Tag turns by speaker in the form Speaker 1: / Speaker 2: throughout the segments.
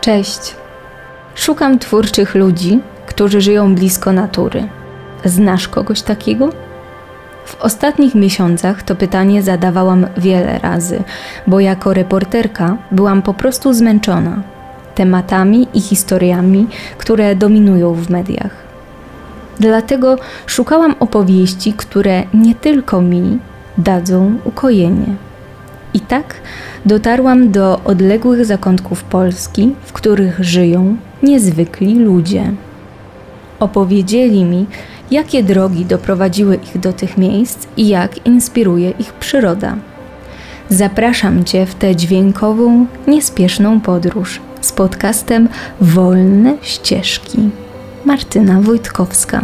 Speaker 1: Cześć. Szukam twórczych ludzi, którzy żyją blisko natury. Znasz kogoś takiego? W ostatnich miesiącach to pytanie zadawałam wiele razy, bo jako reporterka byłam po prostu zmęczona tematami i historiami, które dominują w mediach. Dlatego szukałam opowieści, które nie tylko mi dadzą ukojenie. I tak dotarłam do odległych zakątków Polski, w których żyją niezwykli ludzie. Opowiedzieli mi, jakie drogi doprowadziły ich do tych miejsc i jak inspiruje ich przyroda. Zapraszam Cię w tę dźwiękową, niespieszną podróż z podcastem Wolne Ścieżki. Martyna Wojtkowska.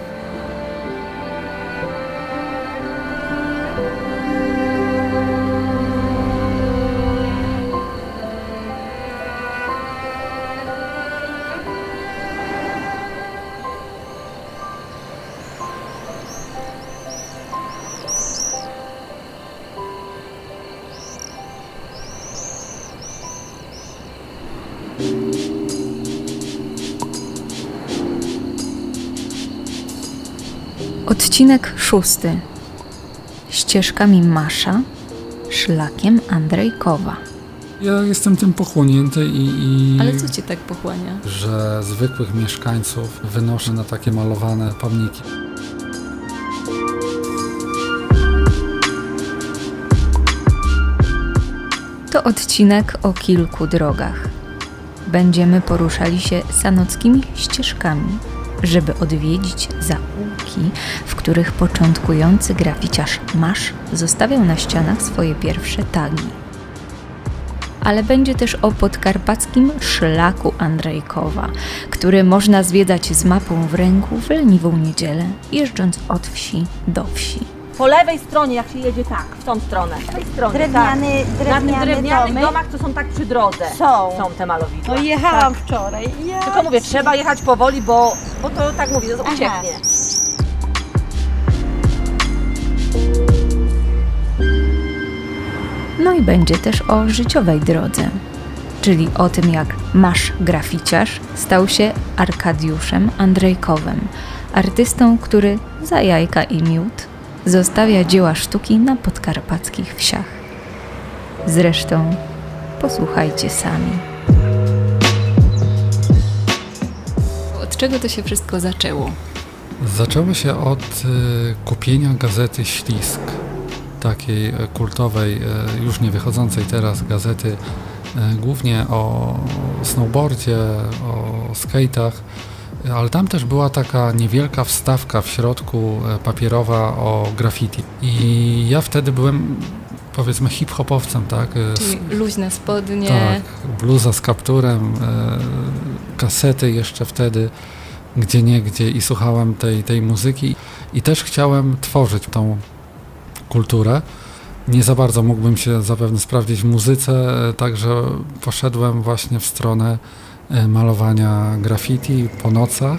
Speaker 1: Odcinek 6. Ścieżkami Masza, szlakiem Andrejkowa.
Speaker 2: Ja jestem tym pochłonięty i...
Speaker 1: Ale co Cię tak pochłania?
Speaker 2: Że zwykłych mieszkańców wynoszę na takie malowane pomniki.
Speaker 1: To odcinek o kilku drogach. Będziemy poruszali się sanockimi ścieżkami, żeby odwiedzić zaułki, w których początkujący graficiarz Masz zostawiał na ścianach swoje pierwsze tagi. Ale będzie też o podkarpackim szlaku Andrejkowa, który można zwiedzać z mapą w ręku w leniwą niedzielę, jeżdżąc od wsi do wsi.
Speaker 3: Po lewej stronie, jak się jedzie tak, w tą stronę. W tej stronie,
Speaker 4: Drewnianych
Speaker 3: drewnianych domach, co są tak przy drodze. Są te malowidła.
Speaker 4: No jechałam wczoraj.
Speaker 3: Tylko mówię, trzeba jechać powoli, bo to tak mówię, to ucieknie.
Speaker 1: No i będzie też o życiowej drodze, czyli o tym, jak Masz graficiarz stał się Arkadiuszem Andrejkowem, artystą, który za jajka i miód zostawia dzieła sztuki na podkarpackich wsiach. Zresztą posłuchajcie sami. Od czego to się wszystko zaczęło?
Speaker 2: Zaczęło się od kupienia gazety Ślisk, takiej kultowej, już nie wychodzącej teraz gazety, głównie o snowboardzie, o skate'ach, ale tam też była taka niewielka wstawka w środku papierowa o graffiti. I ja wtedy byłem, powiedzmy, hip-hopowcem, tak?
Speaker 1: Czyli luźne spodnie.
Speaker 2: Tak, bluza z kapturem, kasety jeszcze wtedy, gdzieniegdzie i słuchałem tej muzyki. I też chciałem tworzyć tą kulturę. Nie za bardzo mógłbym się zapewne sprawdzić w muzyce, także poszedłem właśnie w stronę malowania graffiti po nocach.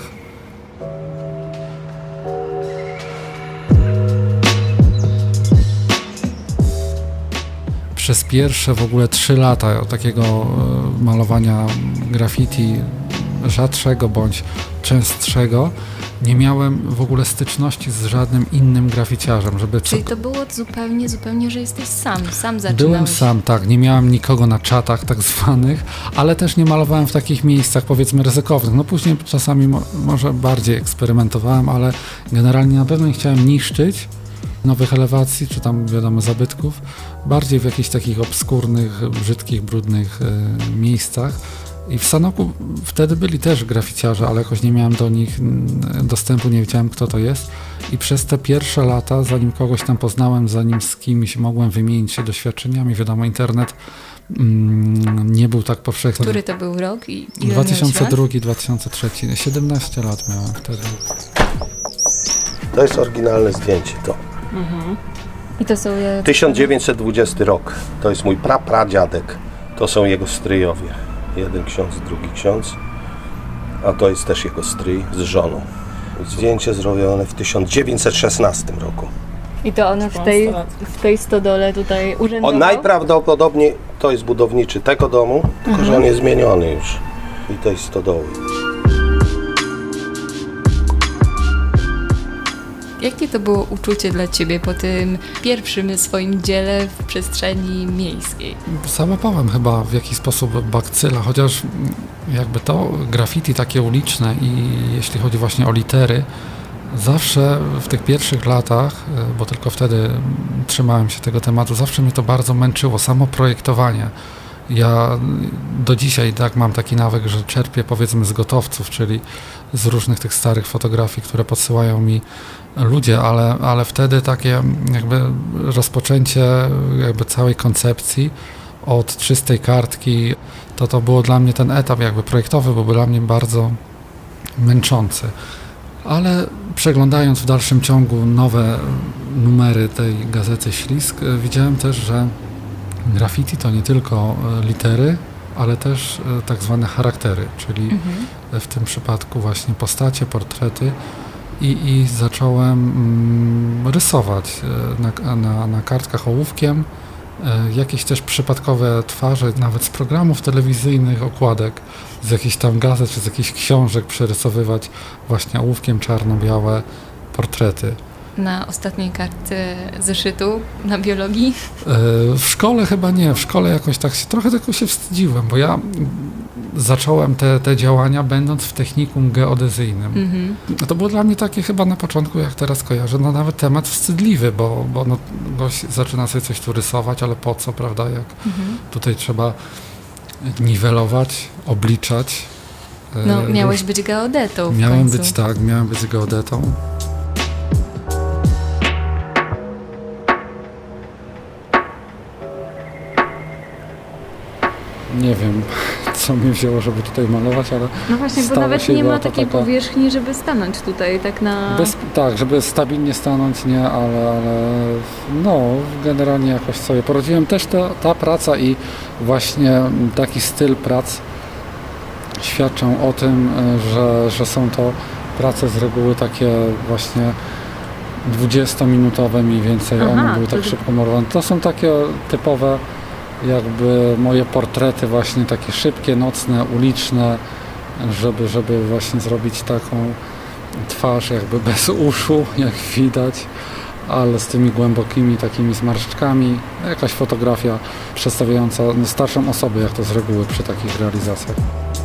Speaker 2: Przez pierwsze w ogóle 3 lata takiego malowania graffiti rzadszego bądź częstszego nie miałem w ogóle styczności z żadnym innym graficiarzem.
Speaker 1: Czyli to było zupełnie, że jesteś sam zaczynałeś.
Speaker 2: Byłem sam, tak. Nie miałem nikogo na czatach tak zwanych, ale też nie malowałem w takich miejscach, powiedzmy, ryzykownych. No później czasami może bardziej eksperymentowałem, ale generalnie na pewno nie chciałem niszczyć nowych elewacji, czy tam, wiadomo, zabytków, bardziej w jakichś takich obskurnych, brzydkich, brudnych miejscach. I w Sanoku wtedy byli też graficiarze, ale jakoś nie miałem do nich dostępu, nie wiedziałem, kto to jest. I przez te pierwsze lata, zanim kogoś tam poznałem, zanim z kimś mogłem wymienić się doświadczeniami, wiadomo, internet nie był tak powszechny.
Speaker 1: Który to był rok?
Speaker 2: 2002, 2003, 17 lat miałem wtedy.
Speaker 5: To jest oryginalne zdjęcie, to.
Speaker 1: I to są
Speaker 5: 1920 rok. To jest mój pradziadek. To są jego stryjowie. Jeden ksiądz, drugi ksiądz. A to jest też jego stryj z żoną. Zdjęcie zrobione w 1916 roku.
Speaker 1: I to one w tej stodole tutaj urzędował?
Speaker 5: On najprawdopodobniej to jest budowniczy tego domu, tylko że on jest zmieniony już. i tej stodoły.
Speaker 1: Jakie to było uczucie dla Ciebie po tym pierwszym swoim dziele w przestrzeni miejskiej?
Speaker 2: Załapałem chyba w jakiś sposób bakcyla, chociaż jakby to graffiti takie uliczne i jeśli chodzi właśnie o litery, zawsze w tych pierwszych latach, bo tylko wtedy trzymałem się tego tematu, zawsze mnie to bardzo męczyło, samo projektowanie. Ja do dzisiaj tak mam taki nawyk, że czerpię powiedzmy z gotowców, czyli z różnych tych starych fotografii, które podsyłają mi ludzie, ale wtedy takie jakby rozpoczęcie jakby całej koncepcji od czystej kartki, to było dla mnie ten etap jakby projektowy, był dla mnie bardzo męczący. Ale przeglądając w dalszym ciągu nowe numery tej gazety Ślisk, widziałem też, że graffiti to nie tylko litery, ale też tak zwane charaktery, czyli w tym przypadku właśnie postacie, portrety i zacząłem rysować na kartkach ołówkiem jakieś też przypadkowe twarze, nawet z programów telewizyjnych, okładek, z jakichś tam gazet czy z jakichś książek przerysowywać właśnie ołówkiem czarno-białe portrety.
Speaker 1: Na ostatniej kartce zeszytu na biologii?
Speaker 2: W szkole chyba nie. W szkole jakoś tak trochę tego się wstydziłem, bo ja zacząłem te działania będąc w technikum geodezyjnym. To było dla mnie takie chyba na początku, jak teraz kojarzę, no nawet temat wstydliwy, bo no, gość zaczyna sobie coś tu rysować, ale po co, prawda, jak tutaj trzeba niwelować, obliczać.
Speaker 1: No, miałeś być geodetą
Speaker 2: miałem być geodetą. Nie wiem, co mnie wzięło, żeby tutaj malować, ale
Speaker 1: no właśnie, bo nawet nie ma takiej powierzchni, żeby stanąć tutaj tak na...
Speaker 2: Tak, żeby stabilnie stanąć, nie, ale no, generalnie jakoś sobie poradziłem. Też ta praca i właśnie taki styl prac świadczą o tym, że są to prace z reguły takie właśnie 20-minutowe mniej więcej. One były tak szybko malowane. To są takie typowe jakby moje portrety właśnie takie szybkie, nocne, uliczne, żeby właśnie zrobić taką twarz jakby bez uszu, jak widać, ale z tymi głębokimi takimi zmarszczkami. Jakaś fotografia przedstawiająca starszą osobę, jak to z reguły przy takich realizacjach.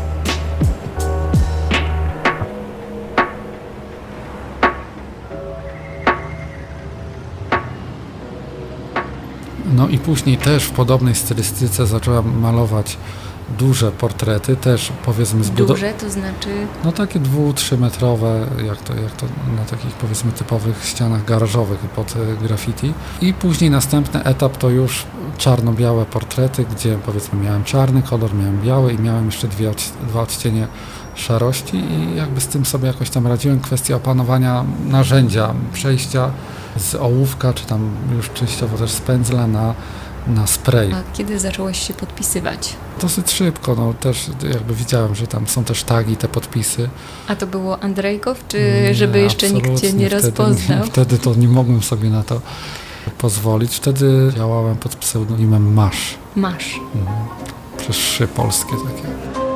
Speaker 2: No i później też w podobnej stylistyce zacząłem malować duże portrety, też powiedzmy
Speaker 1: duże, to znaczy?
Speaker 2: No takie 2-3 metrowe, jak to na takich powiedzmy typowych ścianach garażowych pod graffiti. I później następny etap to już czarno-białe portrety, gdzie powiedzmy miałem czarny kolor, miałem biały i miałem jeszcze dwa odcienie szarości i jakby z tym sobie jakoś tam radziłem. Kwestia opanowania narzędzia, przejścia z ołówka, czy tam już częściowo też z pędzla na spray.
Speaker 1: A kiedy zacząłeś się podpisywać?
Speaker 2: Dosyć szybko, no też jakby widziałem, że tam są też tagi, te podpisy.
Speaker 1: A to było Andrejkow, czy żeby jeszcze nikt Cię nie rozpoznał?
Speaker 2: Wtedy to nie mogłem sobie na to pozwolić. Wtedy działałem pod pseudonimem Masz.
Speaker 1: Masz.
Speaker 2: Przez 3 polskie takie.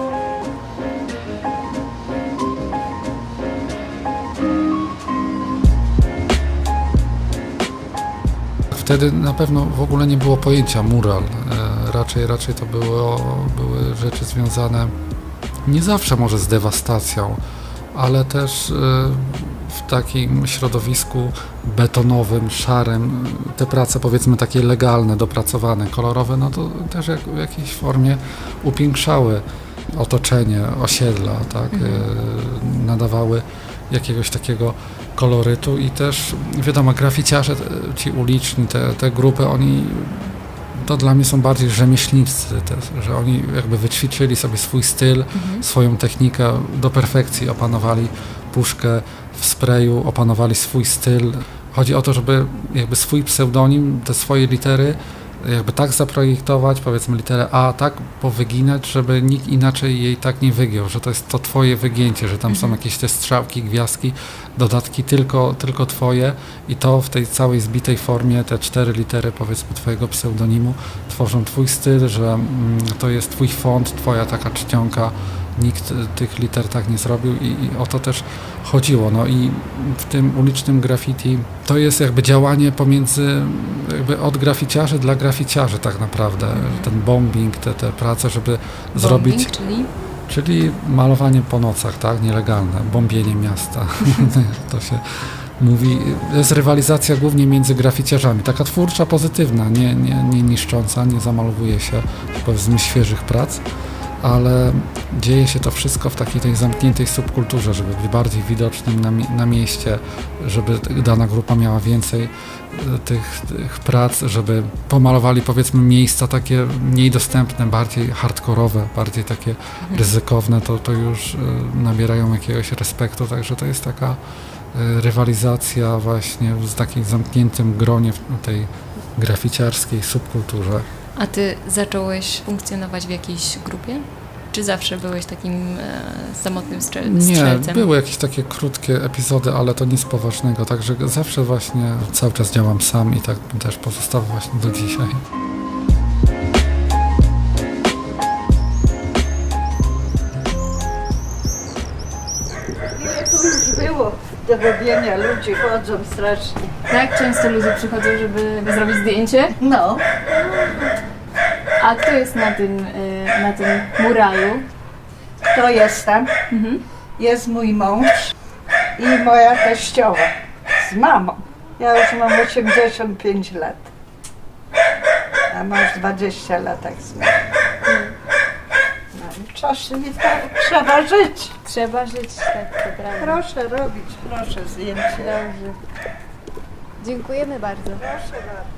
Speaker 2: Wtedy na pewno w ogóle nie było pojęcia mural. Raczej to były rzeczy związane nie zawsze może z dewastacją, ale też w takim środowisku betonowym, szarym. Te prace powiedzmy takie legalne, dopracowane, kolorowe, no to też w jakiejś formie upiększały otoczenie, osiedla, tak? Nadawały jakiegoś takiego kolorytu i też wiadomo, graficiarze, ci uliczni, te grupy, oni to dla mnie są bardziej rzemieślnicy też, że oni jakby wyćwiczyli sobie swój styl, swoją technikę do perfekcji, opanowali puszkę w sprayu, opanowali swój styl. Chodzi o to, żeby jakby swój pseudonim, te swoje litery jakby tak zaprojektować, powiedzmy literę A, tak powyginać, żeby nikt inaczej jej tak nie wygiął, że to jest to twoje wygięcie, że tam są jakieś te strzałki, gwiazdki, dodatki tylko twoje i to w tej całej zbitej formie, te 4 litery powiedzmy twojego pseudonimu tworzą twój styl, że to jest twój font, twoja taka czcionka nikt tych liter tak nie zrobił i o to też chodziło. No i w tym ulicznym graffiti to jest jakby działanie pomiędzy, jakby od graficiarzy dla graficiarzy tak naprawdę. Ten bombing, te prace, żeby zrobić... Czyli malowanie po nocach, tak? Nielegalne, bombienie miasta. To się mówi. Jest rywalizacja głównie między graficiarzami. Taka twórcza, pozytywna, nie niszcząca, nie zamalowuje się powiedzmy świeżych prac, ale dzieje się to wszystko w takiej tej zamkniętej subkulturze, żeby być bardziej widocznym na mieście, żeby dana grupa miała więcej tych prac, żeby pomalowali powiedzmy miejsca takie mniej dostępne, bardziej hardkorowe, bardziej takie ryzykowne, to już nabierają jakiegoś respektu, także to jest taka rywalizacja właśnie w takim zamkniętym gronie w tej graficiarskiej subkulturze.
Speaker 1: A ty zacząłeś funkcjonować w jakiejś grupie? Czy zawsze byłeś takim samotnym strzelcem?
Speaker 2: Nie, były jakieś takie krótkie epizody, ale to nic poważnego, także zawsze właśnie cały czas działam sam i tak też pozostało właśnie do dzisiaj.
Speaker 4: Ile tu już było do robienia, ludzie chodzą strasznie.
Speaker 1: Tak? Często ludzie przychodzą, żeby zrobić zdjęcie?
Speaker 4: No.
Speaker 1: A kto jest na tym muralu?
Speaker 4: To jestem. Jest mój mąż i moja teściowa z mamą. Ja już mam 85 lat. A mąż 20 lat tak z mamą. No i czasem trzeba żyć.
Speaker 1: Trzeba żyć, tak, to prawda.
Speaker 4: Proszę robić, proszę zdjęcie.
Speaker 1: Dobrze. Dziękujemy bardzo.
Speaker 4: Proszę bardzo.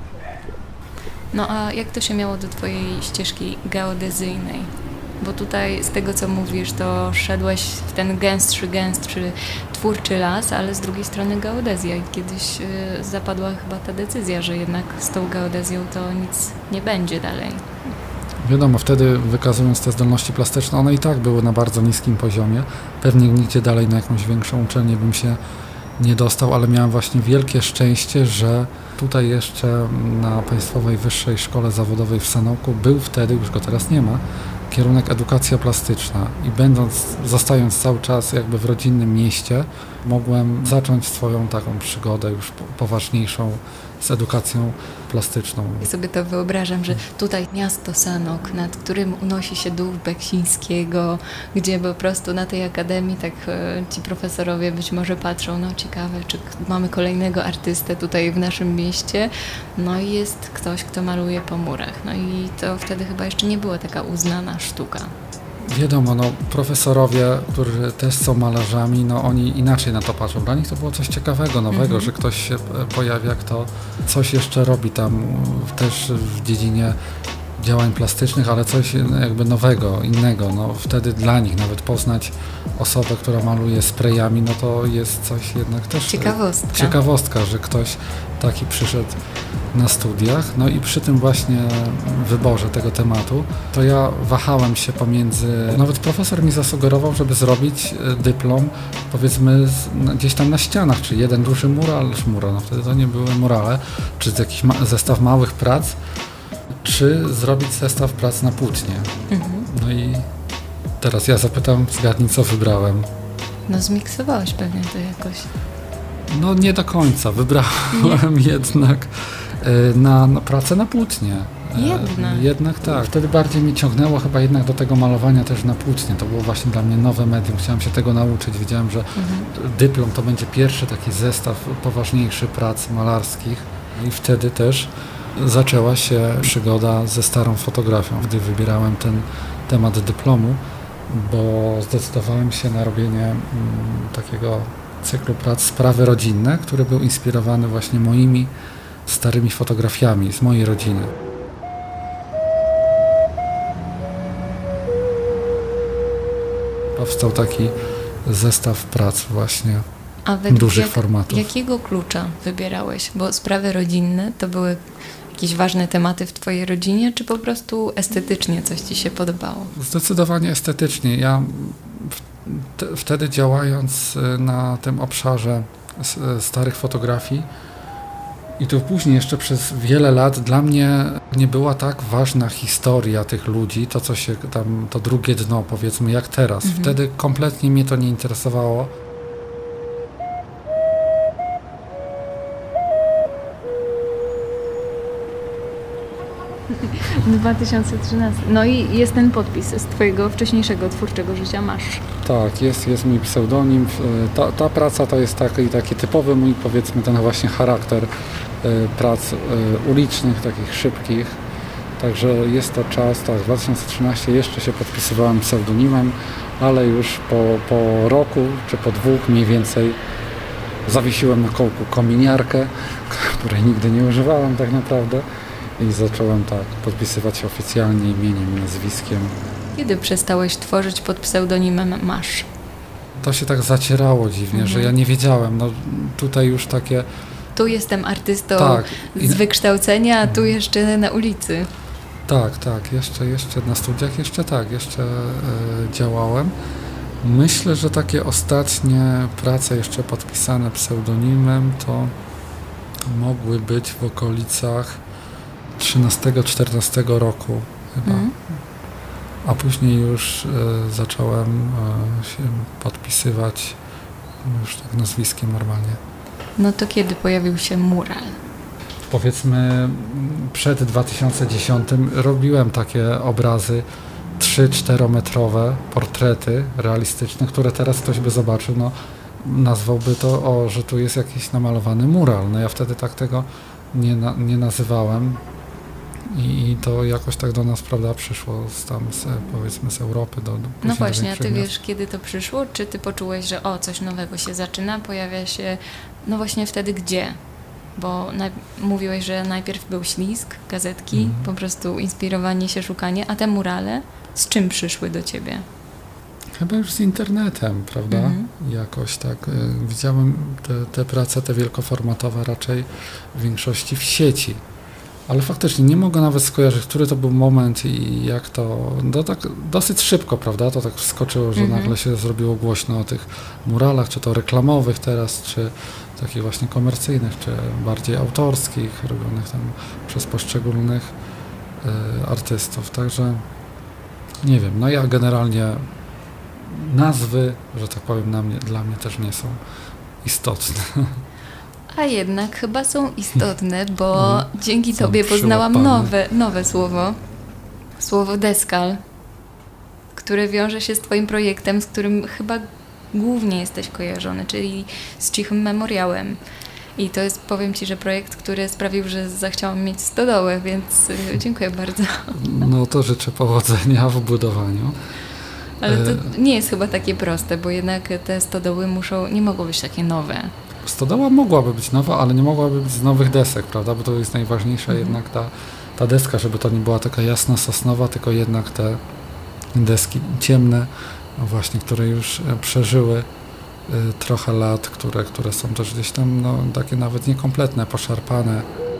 Speaker 1: No a jak to się miało do twojej ścieżki geodezyjnej? Bo tutaj z tego co mówisz, to szedłeś w ten gęstszy twórczy las, ale z drugiej strony geodezja i kiedyś zapadła chyba ta decyzja, że jednak z tą geodezją to nic nie będzie dalej.
Speaker 2: Wiadomo, wtedy wykazując te zdolności plastyczne, one i tak były na bardzo niskim poziomie. Pewnie nigdzie dalej na jakąś większą uczelnię bym się nie dostał, ale miałem właśnie wielkie szczęście, że tutaj jeszcze na Państwowej Wyższej Szkole Zawodowej w Sanoku był wtedy, już go teraz nie ma, kierunek edukacja plastyczna i zostając cały czas jakby w rodzinnym mieście, mogłem zacząć swoją taką przygodę już poważniejszą z edukacją plastyczną.
Speaker 1: Ja sobie to wyobrażam, że tutaj miasto Sanok, nad którym unosi się duch Beksińskiego, gdzie po prostu na tej akademii tak ci profesorowie być może patrzą, no ciekawe, czy mamy kolejnego artystę tutaj w naszym mieście, no i jest ktoś, kto maluje po murach. No i to wtedy chyba jeszcze nie była taka uznana sztuka.
Speaker 2: Wiadomo, no profesorowie, którzy też są malarzami, no oni inaczej na to patrzą. Dla nich to było coś ciekawego, nowego, że ktoś się pojawia, kto coś jeszcze robi tam też w dziedzinie działań plastycznych, ale coś jakby nowego, innego. No wtedy dla nich nawet poznać osobę, która maluje sprayami, no to jest coś jednak też... Ciekawostka, że ktoś taki przyszedł na studiach. No i przy tym właśnie wyborze tego tematu, to ja wahałem się pomiędzy... Nawet profesor mi zasugerował, żeby zrobić dyplom, powiedzmy, gdzieś tam na ścianach, czy jeden duży mural, no wtedy to nie były murale, czy jakiś zestaw małych prac, czy zrobić zestaw prac na płótnie. No i teraz ja zapytam, zgadnij, co wybrałem.
Speaker 1: No zmiksowałeś pewnie to jakoś.
Speaker 2: No nie do końca. Wybrałem jednak na pracę na płótnie. Jednak tak. Wtedy bardziej mnie ciągnęło chyba jednak do tego malowania też na płótnie. To było właśnie dla mnie nowe medium. Chciałem się tego nauczyć. Wiedziałem, że dyplom to będzie pierwszy taki zestaw poważniejszy prac malarskich. I wtedy też zaczęła się przygoda ze starą fotografią, gdy wybierałem ten temat dyplomu, bo zdecydowałem się na robienie takiego cyklu prac Sprawy rodzinne, który był inspirowany właśnie moimi starymi fotografiami z mojej rodziny. Powstał taki zestaw prac właśnie dużych formatów.
Speaker 1: Jakiego klucza wybierałeś? Bo sprawy rodzinne to były jakieś ważne tematy w twojej rodzinie, czy po prostu estetycznie coś ci się podobało?
Speaker 2: Zdecydowanie estetycznie. Ja wtedy działając na tym obszarze starych fotografii, I tu później jeszcze przez wiele lat dla mnie nie była tak ważna historia tych ludzi, to co się tam, to drugie dno powiedzmy jak teraz. Wtedy kompletnie mnie to nie interesowało.
Speaker 1: W 2013. No i jest ten podpis z twojego wcześniejszego twórczego życia, masz.
Speaker 2: Tak, jest mój pseudonim. Ta praca to jest taki typowy mój, powiedzmy, ten właśnie charakter prac ulicznych, takich szybkich. Także jest to czas, tak, w 2013 jeszcze się podpisywałem pseudonimem, ale już po roku czy po 2 mniej więcej zawiesiłem na kołku kominiarkę, której nigdy nie używałem tak naprawdę i zacząłem tak podpisywać się oficjalnie imieniem, nazwiskiem.
Speaker 1: Kiedy przestałeś tworzyć pod pseudonimem Masz?
Speaker 2: To się tak zacierało dziwnie, że ja nie wiedziałem, no tutaj już takie...
Speaker 1: Tu jestem artystą
Speaker 2: tak,
Speaker 1: z wykształcenia, a tu jeszcze na ulicy.
Speaker 2: Tak, jeszcze na studiach jeszcze działałem. Myślę, że takie ostatnie prace jeszcze podpisane pseudonimem to mogły być w okolicach 13-14 roku chyba. A później już zacząłem się podpisywać już tak nazwiskiem normalnie.
Speaker 1: No to kiedy pojawił się mural?
Speaker 2: Powiedzmy przed 2010 robiłem takie obrazy 3-4 metrowe, portrety realistyczne, które teraz ktoś by zobaczył, no nazwałby to, że tu jest jakiś namalowany mural. No ja wtedy tak tego nie nazywałem i to jakoś tak do nas, prawda, przyszło powiedzmy z Europy do
Speaker 1: No właśnie, a ty wiesz, kiedy to przyszło? Czy ty poczułeś, że coś nowego się zaczyna, pojawia się, no właśnie wtedy gdzie? Bo mówiłeś, że najpierw był ślizg, gazetki, po prostu inspirowanie się, szukanie, a te murale z czym przyszły do ciebie?
Speaker 2: Chyba już z internetem, prawda? Jakoś tak. Widziałem te prace, te wielkoformatowe raczej w większości w sieci. Ale faktycznie nie mogę nawet skojarzyć, który to był moment i jak to... No tak dosyć szybko, prawda? To tak wskoczyło, że nagle się zrobiło głośno o tych muralach, czy to reklamowych teraz, czy takich właśnie komercyjnych, czy bardziej autorskich, robionych tam przez poszczególnych artystów. Także nie wiem, no ja generalnie nazwy, że tak powiem, dla mnie też nie są istotne.
Speaker 1: A jednak chyba są istotne, bo dzięki tobie poznałam nowe słowo deskal, które wiąże się z twoim projektem, z którym chyba głównie jesteś kojarzony, czyli z Cichym Memoriałem. I to jest, powiem ci, że projekt, który sprawił, że zachciałam mieć stodołę, więc dziękuję bardzo. No
Speaker 2: to życzę powodzenia w budowaniu.
Speaker 1: Ale to nie jest chyba takie proste, bo jednak te stodoły nie mogą być takie nowe.
Speaker 2: Stodoła mogłaby być nowa, ale nie mogłaby być z nowych desek, prawda? Bo to jest najważniejsza jednak ta deska, żeby to nie była taka jasna sosnowa, tylko jednak te deski ciemne, właśnie, które już przeżyły trochę lat, które są też gdzieś tam takie nawet niekompletne, poszarpane.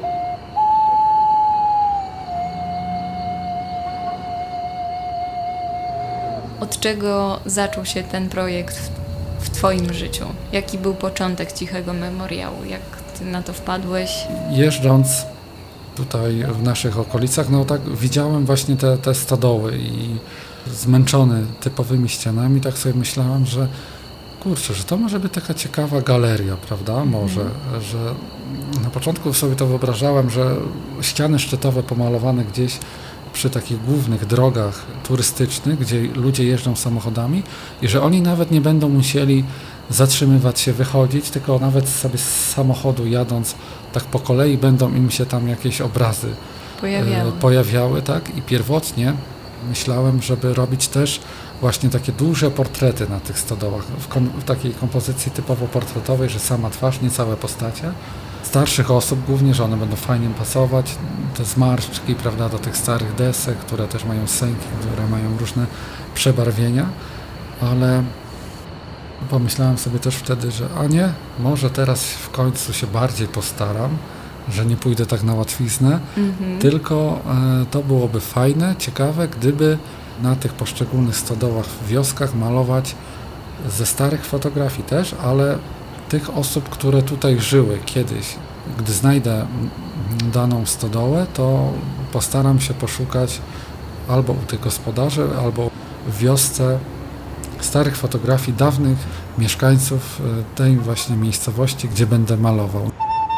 Speaker 1: Od czego zaczął się ten projekt w twoim życiu? Jaki był początek Cichego Memoriału? Jak ty na to wpadłeś?
Speaker 2: Jeżdżąc tutaj w naszych okolicach, tak widziałem właśnie te stodoły i zmęczony typowymi ścianami, tak sobie myślałem, że kurczę, że to może być taka ciekawa galeria, prawda? Może, że na początku sobie to wyobrażałem, że ściany szczytowe pomalowane gdzieś przy takich głównych drogach turystycznych, gdzie ludzie jeżdżą samochodami i że oni nawet nie będą musieli zatrzymywać się, wychodzić, tylko nawet sobie z samochodu jadąc tak po kolei będą im się tam jakieś obrazy pojawiały, tak? I pierwotnie myślałem, żeby robić też właśnie takie duże portrety na tych stodołach, w takiej kompozycji typowo portretowej, że sama twarz, nie całe postacie. Starszych osób głównie, że one będą fajnie pasować, te zmarszczki, prawda, do tych starych desek, które też mają sęki, które mają różne przebarwienia, ale pomyślałem sobie też wtedy, że może teraz w końcu się bardziej postaram, że nie pójdę tak na łatwiznę, tylko to byłoby fajne, ciekawe, gdyby na tych poszczególnych stodołach w wioskach malować ze starych fotografii też, ale tych osób, które tutaj żyły kiedyś, gdy znajdę daną stodołę, to postaram się poszukać albo u tych gospodarzy, albo w wiosce starych fotografii dawnych mieszkańców tej właśnie miejscowości, gdzie będę malował.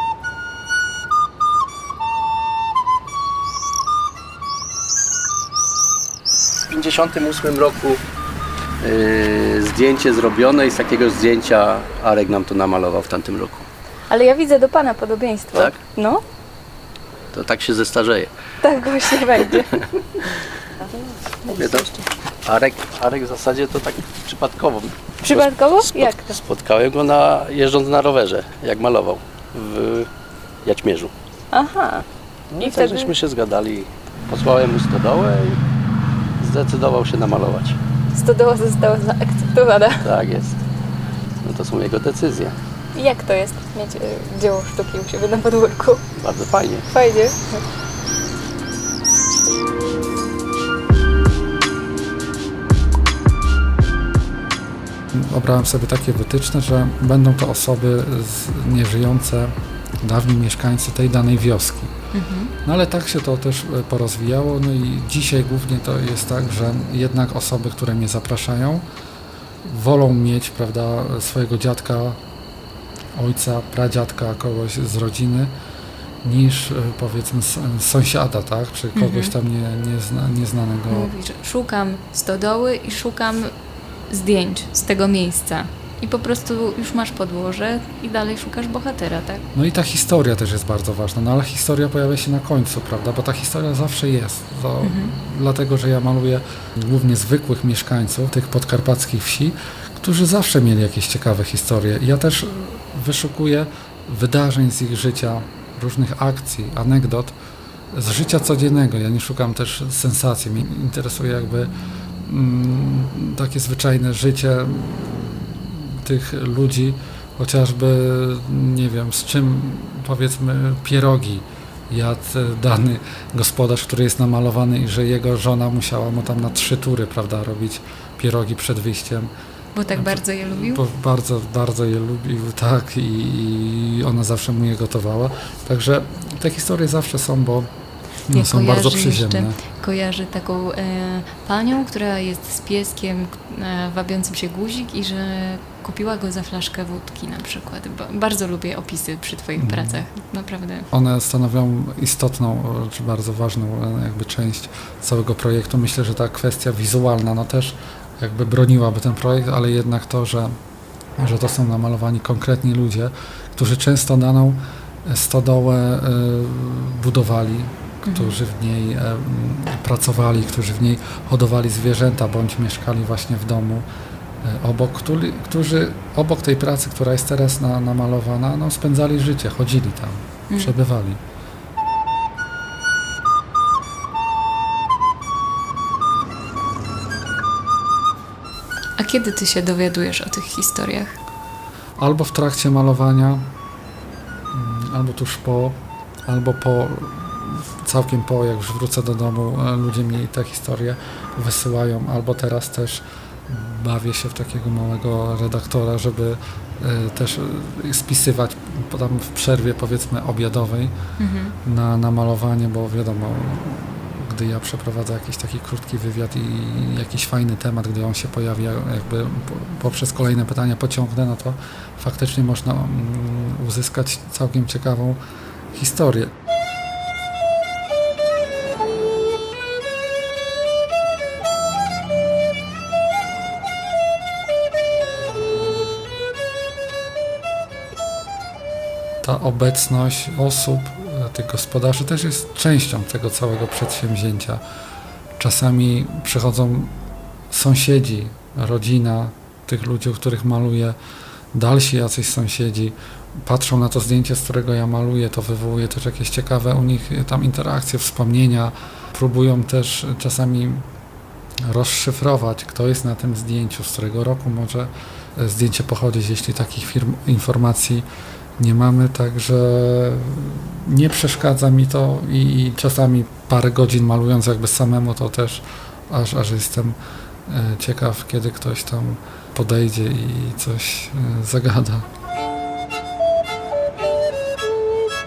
Speaker 6: W 1958 roku zdjęcie zrobione i z takiego zdjęcia Arek nam to namalował w tamtym roku.
Speaker 1: Ale ja widzę do pana podobieństwo.
Speaker 6: Tak?
Speaker 1: No,
Speaker 6: To tak się zestarzeje.
Speaker 1: tak właśnie będzie.
Speaker 6: Mówię to, Arek w zasadzie to tak przypadkowo.
Speaker 1: Przypadkowo? Jak to?
Speaker 6: Spotkałem go jeżdżąc na rowerze, jak malował w Jaćmierzu.
Speaker 1: Aha.
Speaker 6: No
Speaker 1: I
Speaker 6: i tak
Speaker 1: wtedy-
Speaker 6: żeśmy się zgadali. Posłałem mu stodołę i zdecydował się namalować.
Speaker 1: Stodoła została zaakceptowana.
Speaker 6: Tak jest. No to są jego decyzje.
Speaker 1: Jak to jest mieć dzieło sztuki u siebie na podwórku?
Speaker 6: Bardzo fajnie.
Speaker 1: Fajnie.
Speaker 2: Obrałem sobie takie wytyczne, że będą to osoby nieżyjące, dawni mieszkańcy tej danej wioski. No ale tak się to też porozwijało, no i dzisiaj głównie to jest tak, że jednak osoby, które mnie zapraszają, wolą mieć, prawda, swojego dziadka, ojca, pradziadka, kogoś z rodziny, niż powiedzmy sąsiada, tak, czy kogoś tam nieznanego.
Speaker 1: Mówisz, szukam stodoły i szukam zdjęć z tego miejsca. I po prostu już masz podłoże i dalej szukasz bohatera, tak?
Speaker 2: No i ta historia też jest bardzo ważna, no ale historia pojawia się na końcu, prawda, bo ta historia zawsze jest. To dlatego, że ja maluję głównie zwykłych mieszkańców tych podkarpackich wsi, którzy zawsze mieli jakieś ciekawe historie. Ja też wyszukuję wydarzeń z ich życia, różnych akcji, anegdot z życia codziennego. Ja nie szukam też sensacji, mnie interesuje jakby takie zwyczajne życie tych ludzi, chociażby, nie wiem, z czym, powiedzmy, pierogi jadł dany gospodarz, który jest namalowany i że jego żona musiała mu tam na 3 tury, prawda, robić pierogi przed wyjściem.
Speaker 1: Bo tak bardzo je lubił?
Speaker 2: Bo bardzo, bardzo je lubił, tak, i ona zawsze mu je gotowała. Także te historie zawsze są, bo
Speaker 1: Ja
Speaker 2: są bardzo przyziemne.
Speaker 1: Kojarzy taką panią, która jest z pieskiem wabiącym się guzik i że kupiła go za flaszkę wódki na przykład. Bardzo lubię opisy przy twoich pracach, naprawdę.
Speaker 2: One stanowią istotną, czy bardzo ważną jakby część całego projektu. Myślę, że ta kwestia wizualna, no też jakby broniłaby ten projekt, ale jednak to, że to są namalowani konkretni ludzie, którzy często daną stodołę budowali, którzy w niej pracowali, którzy w niej hodowali zwierzęta, bądź mieszkali właśnie w domu obok, którzy obok tej pracy, która jest teraz namalowana, no, spędzali życie, chodzili tam, przebywali.
Speaker 1: A kiedy ty się dowiadujesz o tych historiach?
Speaker 2: Albo w trakcie malowania, albo tuż po, albo całkiem po, jak już wrócę do domu, ludzie mi te historie wysyłają, albo teraz też bawię się w takiego małego redaktora, żeby też spisywać tam w przerwie, powiedzmy, obiadowej na malowanie, bo wiadomo, gdy ja przeprowadzę jakiś taki krótki wywiad i jakiś fajny temat, gdy on się pojawia, jakby poprzez kolejne pytania pociągnę, no to faktycznie można uzyskać całkiem ciekawą historię. Ta obecność osób, tych gospodarzy też jest częścią tego całego przedsięwzięcia. Czasami przychodzą sąsiedzi, rodzina tych ludzi, których maluję, dalsi jacyś sąsiedzi, patrzą na to zdjęcie, z którego ja maluję, to wywołuje też jakieś ciekawe u nich tam interakcje, wspomnienia. Próbują też czasami rozszyfrować, kto jest na tym zdjęciu, z którego roku może zdjęcie pochodzić, jeśli takich informacji nie mamy, także nie przeszkadza mi to i czasami parę godzin malując jakby samemu, to też aż jestem ciekaw, kiedy ktoś tam podejdzie i coś zagada.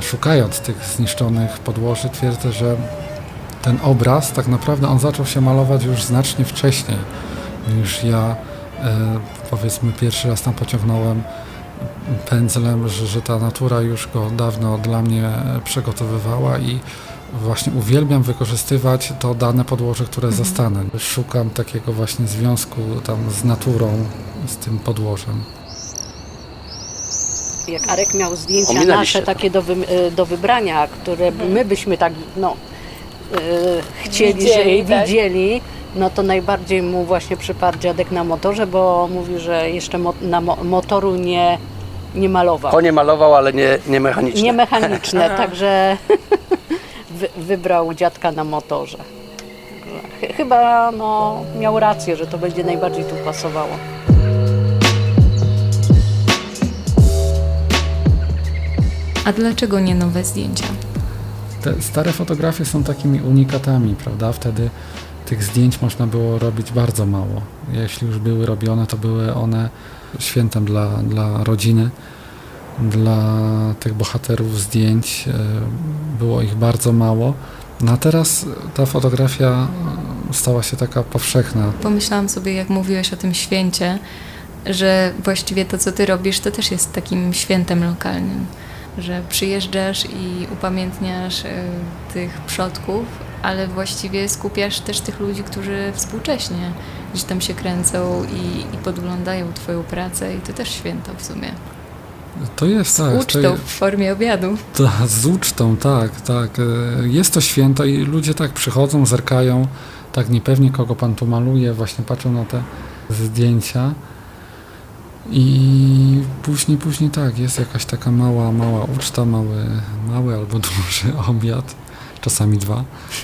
Speaker 2: szukając tych zniszczonych podłoży, twierdzę, że ten obraz tak naprawdę on zaczął się malować już znacznie wcześniej niż ja, powiedzmy, pierwszy raz tam pociągnąłem pędzlem, że ta natura już go dawno dla mnie przygotowywała i właśnie uwielbiam wykorzystywać to dane podłoże, które zastanę. Szukam takiego właśnie związku tam z naturą, z tym podłożem.
Speaker 7: Jak Arek miał zdjęcia nasze takie do wybrania, które my byśmy tak chcieli, widzieli, no to najbardziej mu właśnie przypadł dziadek na motorze, bo mówi, że jeszcze motoru nie malował.
Speaker 6: Konie malował, ale nie mechaniczne.
Speaker 7: Nie mechaniczne, także wybrał dziadka na motorze. Chyba miał rację, że to będzie najbardziej tu pasowało.
Speaker 1: A dlaczego nie nowe zdjęcia?
Speaker 2: Te stare fotografie są takimi unikatami, prawda? Wtedy tych zdjęć można było robić bardzo mało. Jeśli już były robione, to były one świętem dla rodziny, dla tych bohaterów zdjęć. Było ich bardzo mało. No a teraz ta fotografia stała się taka powszechna.
Speaker 1: Pomyślałam sobie, jak mówiłeś o tym święcie, że właściwie to, co ty robisz, to też jest takim świętem lokalnym. Że przyjeżdżasz i upamiętniasz tych przodków, ale właściwie skupiasz też tych ludzi, którzy współcześnie gdzieś tam się kręcą i podglądają twoją pracę i to też święto w sumie.
Speaker 2: To jest tak.
Speaker 1: Z ucztą w formie obiadu.
Speaker 2: Z ucztą, tak. Jest to święto i ludzie tak przychodzą, zerkają, tak niepewnie kogo pan tu maluje, właśnie patrzą na te zdjęcia. I później tak, jest jakaś taka mała uczta, mały albo duży obiad, czasami 2.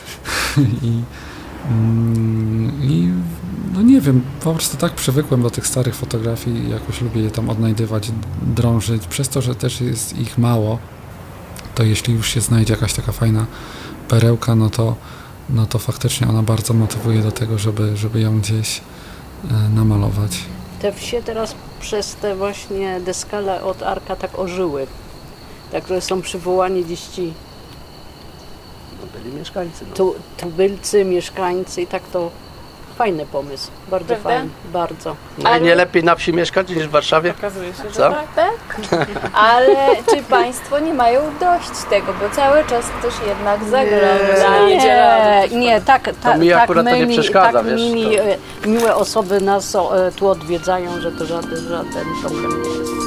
Speaker 2: I no nie wiem, po prostu tak przywykłem do tych starych fotografii i jakoś lubię je tam odnajdywać, drążyć. Przez to, że też jest ich mało, to jeśli już się znajdzie jakaś taka fajna perełka, no to faktycznie ona bardzo motywuje do tego, żeby ją gdzieś namalować.
Speaker 7: Te wsie teraz przez te właśnie deskale od Arka tak ożyły. Także są przywołani gdzieś ci
Speaker 6: byli mieszkańcy.
Speaker 7: Tubylcy, mieszkańcy i tak to fajny pomysł. Bardzo
Speaker 3: Prawda?
Speaker 7: fajny, bardzo.
Speaker 6: No i nie lepiej na wsi mieszkać niż w Warszawie?
Speaker 3: Okazuje się, że
Speaker 6: Co?
Speaker 3: tak. Ale czy Państwo nie mają dość tego, bo cały czas ktoś jednak zagląda.
Speaker 7: Nie, tak
Speaker 6: mi akurat to nie przeszkadza, wiesz,
Speaker 7: miłe osoby nas tu odwiedzają, że to żaden problem nie jest.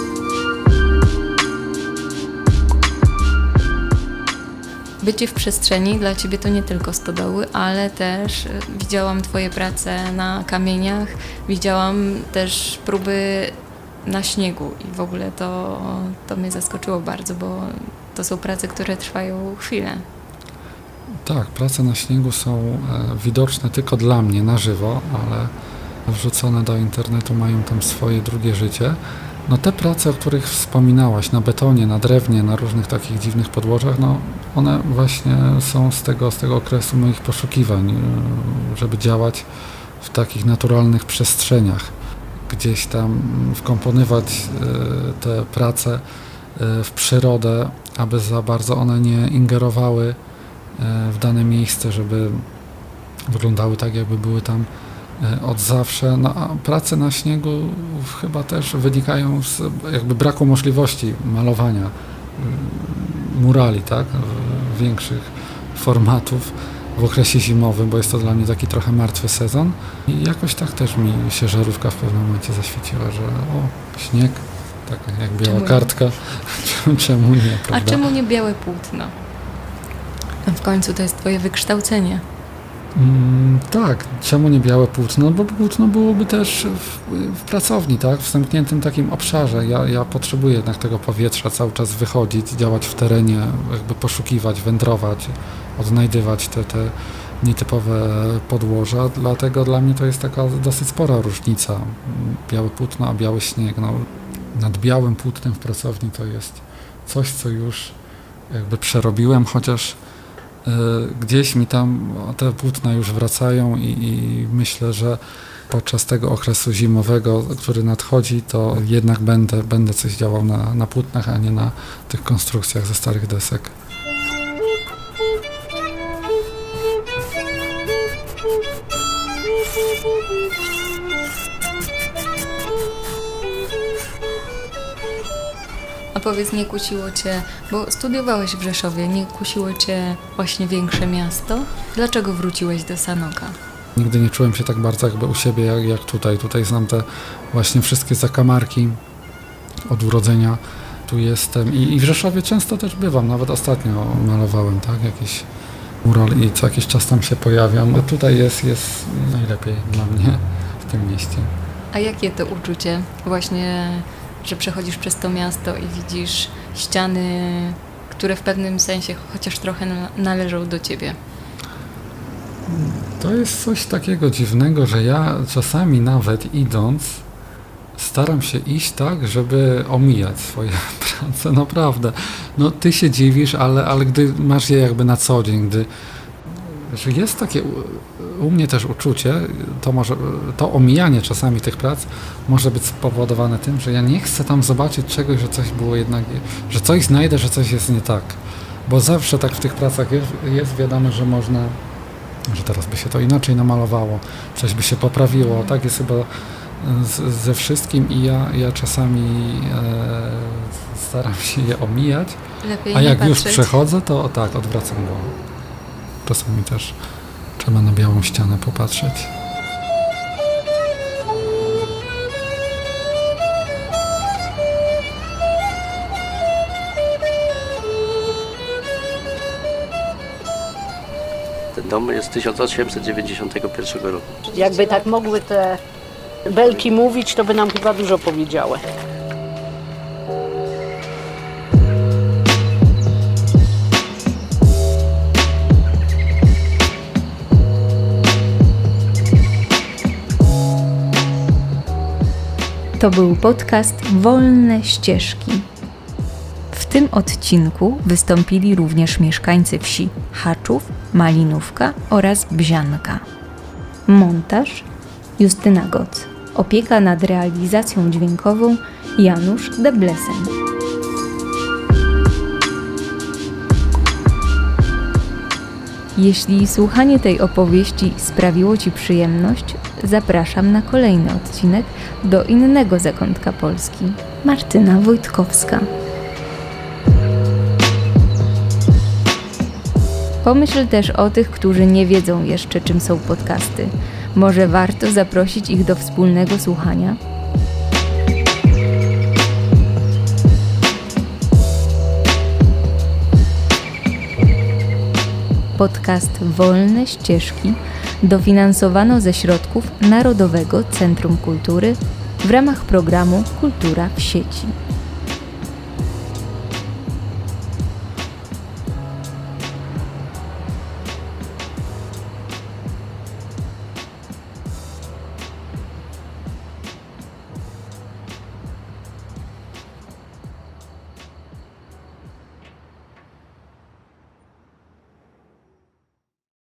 Speaker 1: Bycie w przestrzeni dla Ciebie to nie tylko stodoły, ale też widziałam Twoje prace na kamieniach, widziałam też próby na śniegu i w ogóle to mnie zaskoczyło bardzo, bo to są prace, które trwają chwilę.
Speaker 2: Tak, prace na śniegu są widoczne tylko dla mnie na żywo, ale wrzucone do internetu mają tam swoje drugie życie. No te prace, o których wspominałaś, na betonie, na drewnie, na różnych takich dziwnych podłożach, no one właśnie są z tego okresu moich poszukiwań, żeby działać w takich naturalnych przestrzeniach. Gdzieś tam wkomponować te prace w przyrodę, aby za bardzo one nie ingerowały w dane miejsce, żeby wyglądały tak, jakby były tam od zawsze. No a prace na śniegu chyba też wynikają z jakby braku możliwości malowania murali, tak, większych formatów w okresie zimowym, bo jest to dla mnie taki trochę martwy sezon. I jakoś tak też mi się żarówka w pewnym momencie zaświeciła, że śnieg, tak jak biała kartka, czemu nie, prawda?
Speaker 1: A czemu nie białe płótno? W końcu to jest Twoje wykształcenie.
Speaker 2: Tak, czemu nie białe płótno? No bo płótno byłoby też w pracowni, tak? W zamkniętym takim obszarze. Ja potrzebuję jednak tego powietrza, cały czas wychodzić, działać w terenie, jakby poszukiwać, wędrować, odnajdywać te nietypowe podłoża. Dlatego dla mnie to jest taka dosyć spora różnica. Białe płótno, a biały śnieg. No, nad białym płótnem w pracowni to jest coś, co już jakby przerobiłem, chociaż gdzieś mi tam te płótna już wracają i myślę, że podczas tego okresu zimowego, który nadchodzi, to jednak będę coś działał na płótnach, a nie na tych konstrukcjach ze starych desek.
Speaker 1: A powiedz, nie kusiło Cię, bo studiowałeś w Rzeszowie, nie kusiło Cię właśnie większe miasto? Dlaczego wróciłeś do Sanoka?
Speaker 2: Nigdy nie czułem się tak bardzo jakby u siebie jak tutaj. Tutaj znam te właśnie wszystkie zakamarki od urodzenia. Tu jestem i w Rzeszowie często też bywam, nawet ostatnio malowałem, tak, jakiś mural i co jakiś czas tam się pojawiam. A tutaj jest najlepiej dla mnie w tym mieście.
Speaker 1: A jakie to uczucie właśnie, że przechodzisz przez to miasto i widzisz ściany, które w pewnym sensie chociaż trochę należą do Ciebie?
Speaker 2: To jest coś takiego dziwnego, że ja czasami nawet idąc staram się iść tak, żeby omijać swoje prace, naprawdę. No ty się dziwisz, ale gdy masz je jakby na co dzień, że jest takie u mnie też uczucie, to omijanie czasami tych prac może być spowodowane tym, że ja nie chcę tam zobaczyć czegoś, że coś było jednak, że coś znajdę, że coś jest nie tak. Bo zawsze tak w tych pracach jest wiadomo, że można, że teraz by się to inaczej namalowało, coś by się poprawiło. Tak jest chyba ze wszystkim i ja czasami staram się je omijać,
Speaker 1: Lepiej
Speaker 2: a jak
Speaker 1: nie
Speaker 2: już
Speaker 1: patrzeć.
Speaker 2: przechodzę, to tak, odwracam głowę. Czasami też trzeba na białą ścianę popatrzeć.
Speaker 6: Ten dom jest z 1891 roku.
Speaker 7: Jakby tak mogły te belki mówić, to by nam chyba dużo powiedziały.
Speaker 1: To był podcast Wolne Ścieżki. W tym odcinku wystąpili również mieszkańcy wsi Haczów, Malinówka oraz Bzianka. Montaż Justyna Goc. Opieka nad realizacją dźwiękową Janusz Deblesen. Jeśli słuchanie tej opowieści sprawiło Ci przyjemność, zapraszam na kolejny odcinek do innego zakątka Polski. Martyna Wojtkowska. Pomyśl też o tych, którzy nie wiedzą jeszcze, czym są podcasty. Może warto zaprosić ich do wspólnego słuchania? Podcast Wolne Ścieżki dofinansowano ze środków Narodowego Centrum Kultury w ramach programu Kultura w sieci.